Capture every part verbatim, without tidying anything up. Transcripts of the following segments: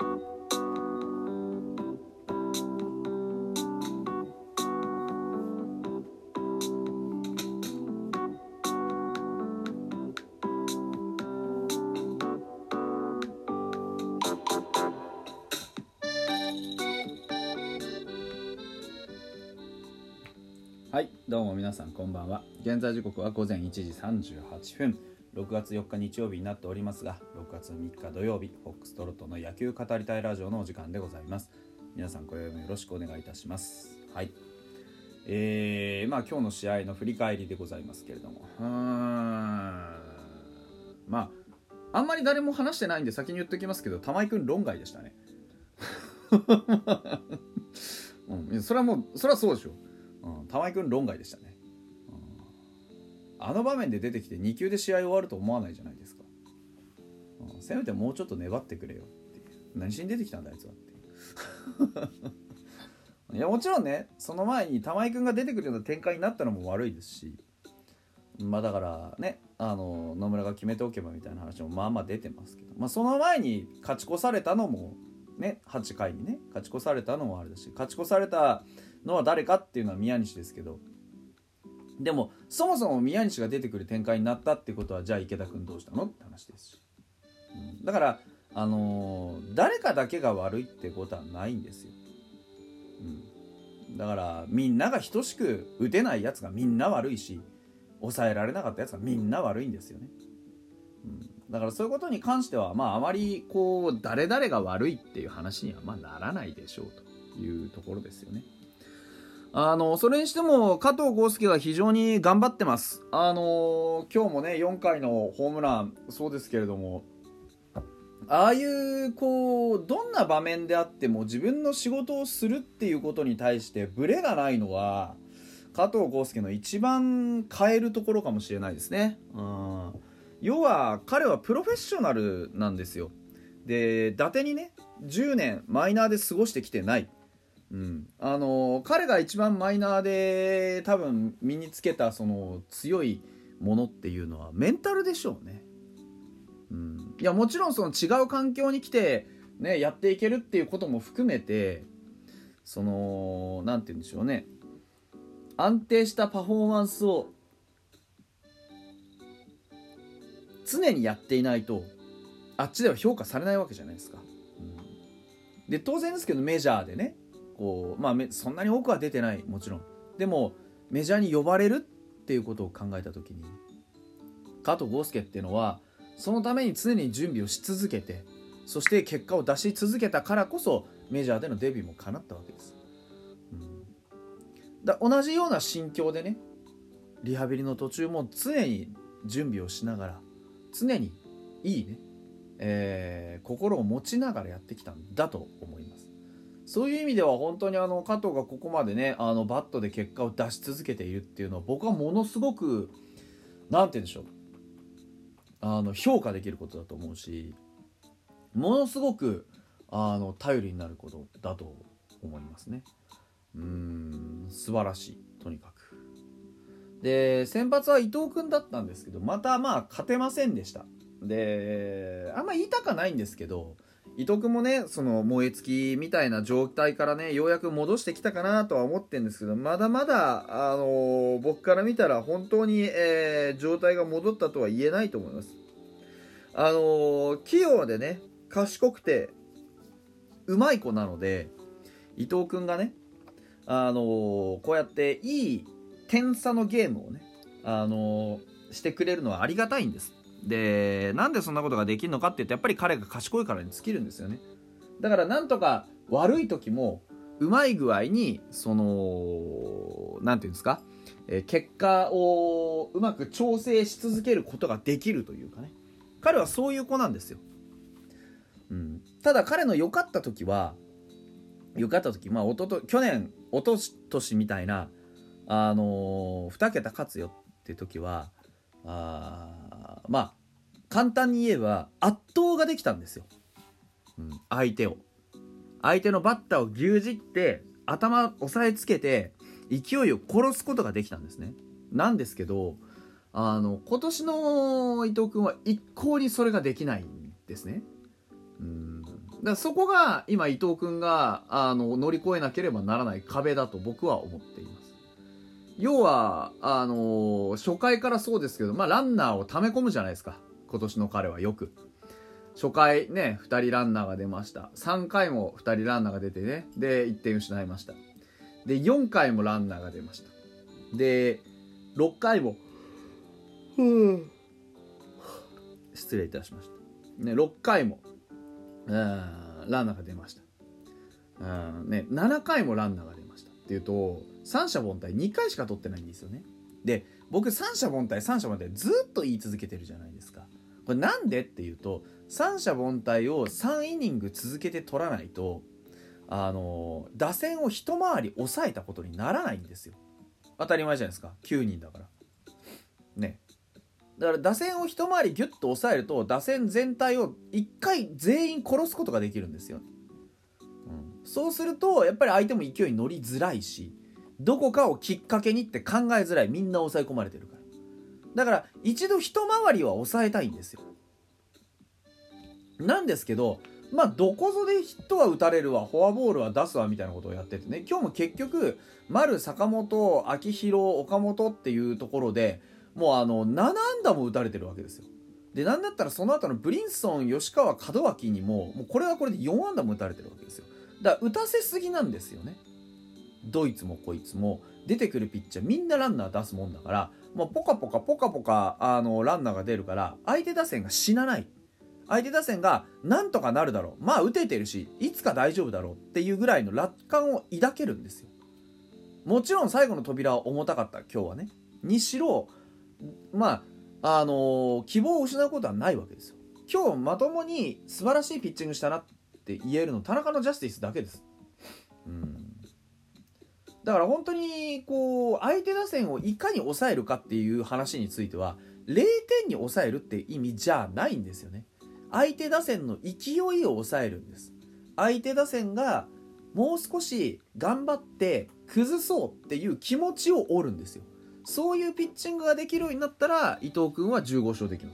はい、どうも皆さんこんばんは。現在時刻は午前いちじさんじゅうはっぷん、ろくがつよっか日曜日になっておりますが、ろくがつみっか土曜日、フォックストロットの野球語りたいラジオのお時間でございます。皆さん今宵もよろしくお願いいたします。はい、えー、まあ今日の試合の振り返りでございますけれども、うーんまああんまり誰も話してないんで先に言っておきますけど、玉井くん論外でしたね。うん、それはもうそれはそうでしょ。うん、玉井くん論外でしたね、うん、あの場面で出てきてに球で試合終わると思わないじゃないですか、うん、せめてもうちょっと粘ってくれよっていう、何しに出てきたんだあいつはっていういやもちろんね、その前に玉井くんが出てくるような展開になったのも悪いですし、まあだからね、あの野村が決めておけばみたいな話もまあまあ出てますけど、まあその前に勝ち越されたのもね、はちかいにね勝ち越されたのもあれだし、勝ち越されたのは誰かっていうのは宮西ですけど、でもそもそも宮西が出てくる展開になったってことは、じゃあ池田君どうしたのって話ですし、うん、だからあのー、誰かだけが悪いってことはないんですよ、うん、だからみんなが等しく打てないやつがみんな悪いし、抑えられなかったやつがみんな悪いんですよね、うん、だからそういうことに関してはまああまりこう誰々が悪いっていう話にはまあならないでしょうというところですよね。あのそれにしても加藤豪将が非常に頑張ってます。あの今日もねよんかいのホームランそうですけれども、ああいうこうどんな場面であっても自分の仕事をするっていうことに対してブレがないのは加藤豪将の一番変えるところかもしれないですね。うん、要は彼はプロフェッショナルなんですよ。で伊達にねじゅうねんマイナーで過ごしてきてない、うん、あの彼が一番マイナーで多分身につけたその強いものっていうのはメンタルでしょうね、うん、いやもちろんその違う環境に来て、ね、やっていけるっていうことも含めて、そのなんて言うんでしょうね、安定したパフォーマンスを常にやっていないとあっちでは評価されないわけじゃないですか、うん、で当然ですけどメジャーでねこう、まあ、そんなに多くは出てないもちろん、でもメジャーに呼ばれるっていうことを考えた時に加藤豪将っていうのはそのために常に準備をし続けて、そして結果を出し続けたからこそメジャーでのデビューも叶ったわけです、うん、だ同じような心境でねリハビリの途中も常に準備をしながら常にいいね、えー、心を持ちながらやってきたんだと思います。そういう意味では本当にあの加藤がここまでねあのバットで結果を出し続けているっていうのは僕はものすごくなんて言うんでしょう、あの評価できることだと思うし、ものすごくあの頼りになることだと思いますね。うーん素晴らしい。とにかくで先発は伊藤君だったんですけど、またまあ勝てませんでした。であんま言いたかないんですけど、伊藤君もねその燃え尽きみたいな状態からねようやく戻してきたかなとは思ってるんですけど、まだまだ、あのー、僕から見たら本当に、えー、状態が戻ったとは言えないと思います。あのー、器用でね賢くてうまい子なので、伊藤君がね、あのー、こうやっていい点差のゲームをね、あのー、してくれるのはありがたいんです。でなんでそんなことができるのかって言うと、やっぱり彼が賢いからに尽きるんですよね。だからなんとか悪い時もうまい具合にそのなんていうんですか、えー、結果をうまく調整し続けることができるというかね、彼はそういう子なんですよ、うん、ただ彼の良かった時は良かった時まあおとと去年おととしみたいなあのー、に桁勝つよって時はあまあ簡単に言えば圧倒ができたんですよ、うん、相手を相手のバッターを牛耳って頭押さえつけて勢いを殺すことができたんですね。なんですけどあの今年の伊藤君は一向にそれができないんですね。うんからそこが今伊藤君があの乗り越えなければならない壁だと僕は思っています。要はあの初回からそうですけど、まあ、ランナーを溜め込むじゃないですか今年の彼は。よく初回ねふたりランナーが出ました。さんかいもふたりランナーが出てね、でいってん失いました。でよんかいもランナーが出ました。でろっかいも失礼いたしました、ね、ろっかいもうんランナーが出ました。うん、ね、ななかいもランナーが出ましたっていうと三者凡退にかいしか取ってないんですよね。で僕三者凡退三者凡退ずっと言い続けてるじゃないですか。これなんでっていうと、三者凡退をさんイニング続けて取らないとあの打線を一回り抑えたことにならないんですよ。当たり前じゃないですか、きゅうにんだからね。だから打線を一回りギュッと抑えると打線全体を一回全員殺すことができるんですよ、うん、そうするとやっぱり相手も勢いに乗りづらいし、どこかをきっかけにって考えづらい。みんな抑え込まれてるから。だから一度一回りは抑えたいんですよ。なんですけど、まあどこぞでヒットは打たれるわ、フォアボールは出すわみたいなことをやっててね、今日も結局丸、坂本、秋広、岡本っていうところでもうあのなな安打も打たれてるわけですよ。でなんだったらその後のブリンソン、吉川、門脇にももうこれはこれでよん安打も打たれてるわけですよ。だから打たせすぎなんですよね。どいつもこいつも出てくるピッチャーみんなランナー出すもんだから、もうポカポカポカポカあのランナーが出るから相手打線が死なない。相手打線がなんとかなるだろう、まあ打ててるしいつか大丈夫だろうっていうぐらいの楽観を抱けるんですよ。もちろん最後の扉は重たかった今日はね。にしろまああのー、希望を失うことはないわけですよ。今日まともに素晴らしいピッチングしたなって言えるの田中のジャスティスだけです。うんだから本当にこう相手打線をいかに抑えるかっていう話についてはれいてんに抑えるって意味じゃないんですよね。相手打線の勢いを抑えるんです。相手打線がもう少し頑張って崩そうっていう気持ちを折るんですよ。そういうピッチングができるようになったら伊藤君はじゅうご勝できます。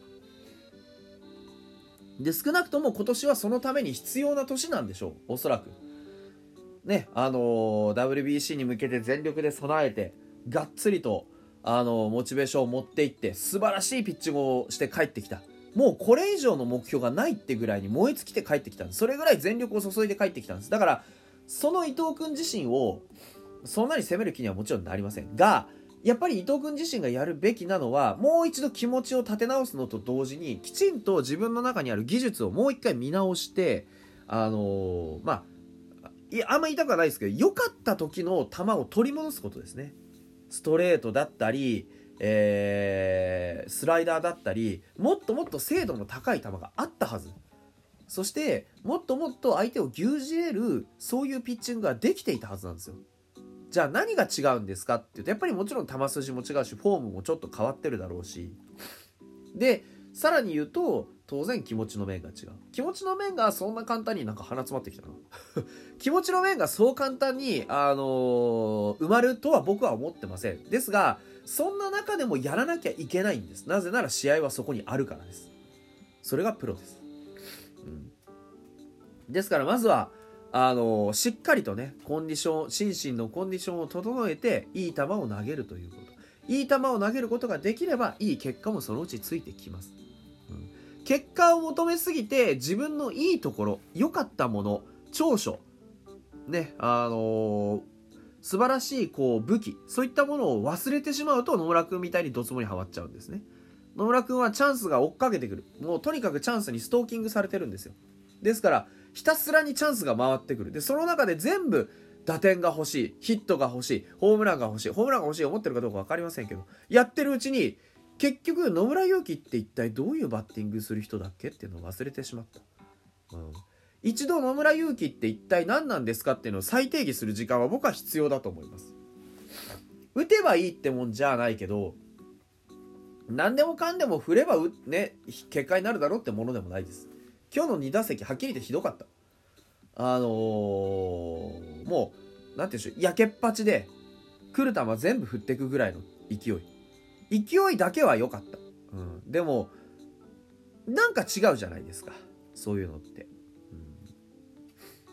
で少なくとも今年はそのために必要な年なんでしょう、おそらくね。あのー、ダブリュービーシー に向けて全力で備えてがっつりと、あのー、モチベーションを持っていって素晴らしいピッチングをして帰ってきた。もうこれ以上の目標がないってぐらいに燃え尽きて帰ってきたんです。それぐらい全力を注いで帰ってきたんです。だからその伊藤君自身をそんなに責める気にはもちろんなりませんが、やっぱり伊藤君自身がやるべきなのはもう一度気持ちを立て直すのと同時にきちんと自分の中にある技術をもう一回見直して、あのー、まあいやあんま言いたくはないですけど良かった時の球を取り戻すことですね。ストレートだったり、えー、スライダーだったりもっともっと精度の高い球があったはず。そしてもっともっと相手を牛耳れるそういうピッチングができていたはずなんですよ。じゃあ何が違うんですかっていうと、やっぱりもちろん球筋も違うしフォームもちょっと変わってるだろうし、でさらに言うと当然気持ちの面が違う。気持ちの面がそんな簡単になんか鼻詰まってきたな気持ちの面がそう簡単に、あのー、埋まるとは僕は思ってません。ですがそんな中でもやらなきゃいけないんです。なぜなら試合はそこにあるからです。それがプロです、うん、ですからまずはあのー、しっかりとねコンディション心身のコンディションを整えていい球を投げるということ。いい球を投げることができればいい結果もそのうちついてきます、うん、結果を求めすぎて自分のいいところ良かったもの長所ねあのー、素晴らしいこう武器そういったものを忘れてしまうと野村君みたいにドツボにはまっちゃうんですね。野村君はチャンスが追っかけてくる。もうとにかくチャンスにストーキングされてるんですよ。ですからひたすらにチャンスが回ってくる。でその中で全部打点が欲しい、ヒットが欲しい、ホームランが欲しい、ホームランが欲しい思ってるかどうか分かりませんけど、やってるうちに結局野村佑希って一体どういうバッティングする人だっけっていうのを忘れてしまった、うん、一度野村佑希って一体何なんですかっていうのを再定義する時間は僕は必要だと思います。打てばいいってもんじゃないけど何でもかんでも振ればう、ね、結果になるだろうってものでもないです。今日のに打席はっきり言ってひどかった。あのー、もうなんていうんでしょう、やけっぱちで来る球全部振っていくぐらいの勢い勢いだけは良かった、うん、でもなんか違うじゃないですかそういうのって、うん、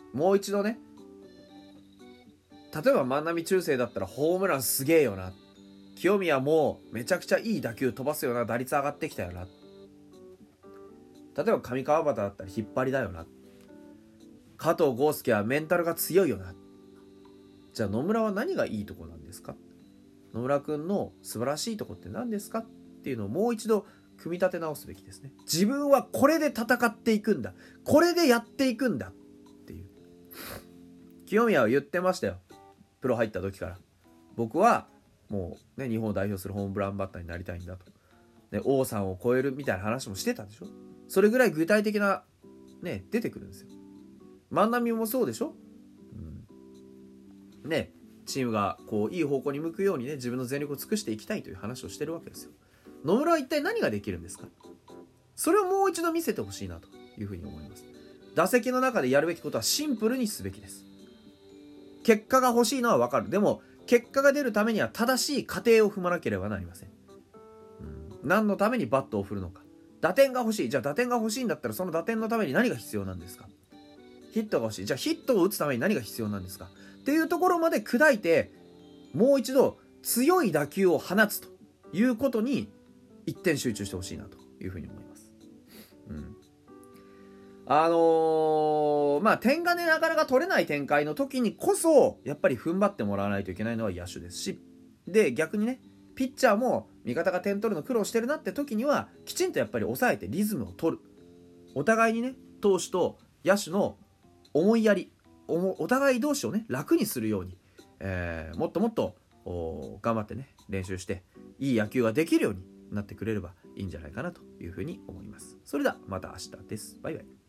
もう一度ね、例えば万波中正だったらホームランすげえよな、清宮もめちゃくちゃいい打球飛ばすよな、打率上がってきたよな、例えば上川端だったら引っ張りだよな、加藤豪将はメンタルが強いよな。じゃあ野村は何がいいとこなんですか、野村くんの素晴らしいとこって何ですかっていうのをもう一度組み立て直すべきですね。自分はこれで戦っていくんだ、これでやっていくんだっていう。清宮は言ってましたよ、プロ入った時から。僕はもうね、日本を代表するホームランバッターになりたいんだと、ね、王さんを超えるみたいな話もしてたでしょ。それぐらい具体的なね出てくるんですよ。万波もそうでしょ、うん、ね、チームがこういい方向に向くようにね、自分の全力を尽くしていきたいという話をしてるわけですよ。野村は一体何ができるんですか。それをもう一度見せてほしいなというふうに思います。打席の中でやるべきことはシンプルにすべきです。結果が欲しいのは分かる。でも結果が出るためには正しい過程を踏まなければなりません、うん、何のためにバットを振るのか。打点が欲しい。じゃあ打点が欲しいんだったら、その打点のために何が必要なんですか。ヒットが欲しい。じゃあヒットを打つために何が必要なんですかっていうところまで砕いて、もう一度強い打球を放つということに一点集中してほしいなというふうに思います、うん、あのー、まあ点がねなかなか取れない展開の時にこそやっぱり踏ん張ってもらわないといけないのは野手ですし、で逆にねピッチャーも味方が点取るの苦労してるなって時にはきちんとやっぱり抑えてリズムを取る。お互いにね、投手と野手の思いやり、 お, お互い同士をね楽にするように、えー、もっともっと頑張ってね練習していい野球ができるようになってくれればいいんじゃないかなというふうに思います。それではまた明日です。バイバイ。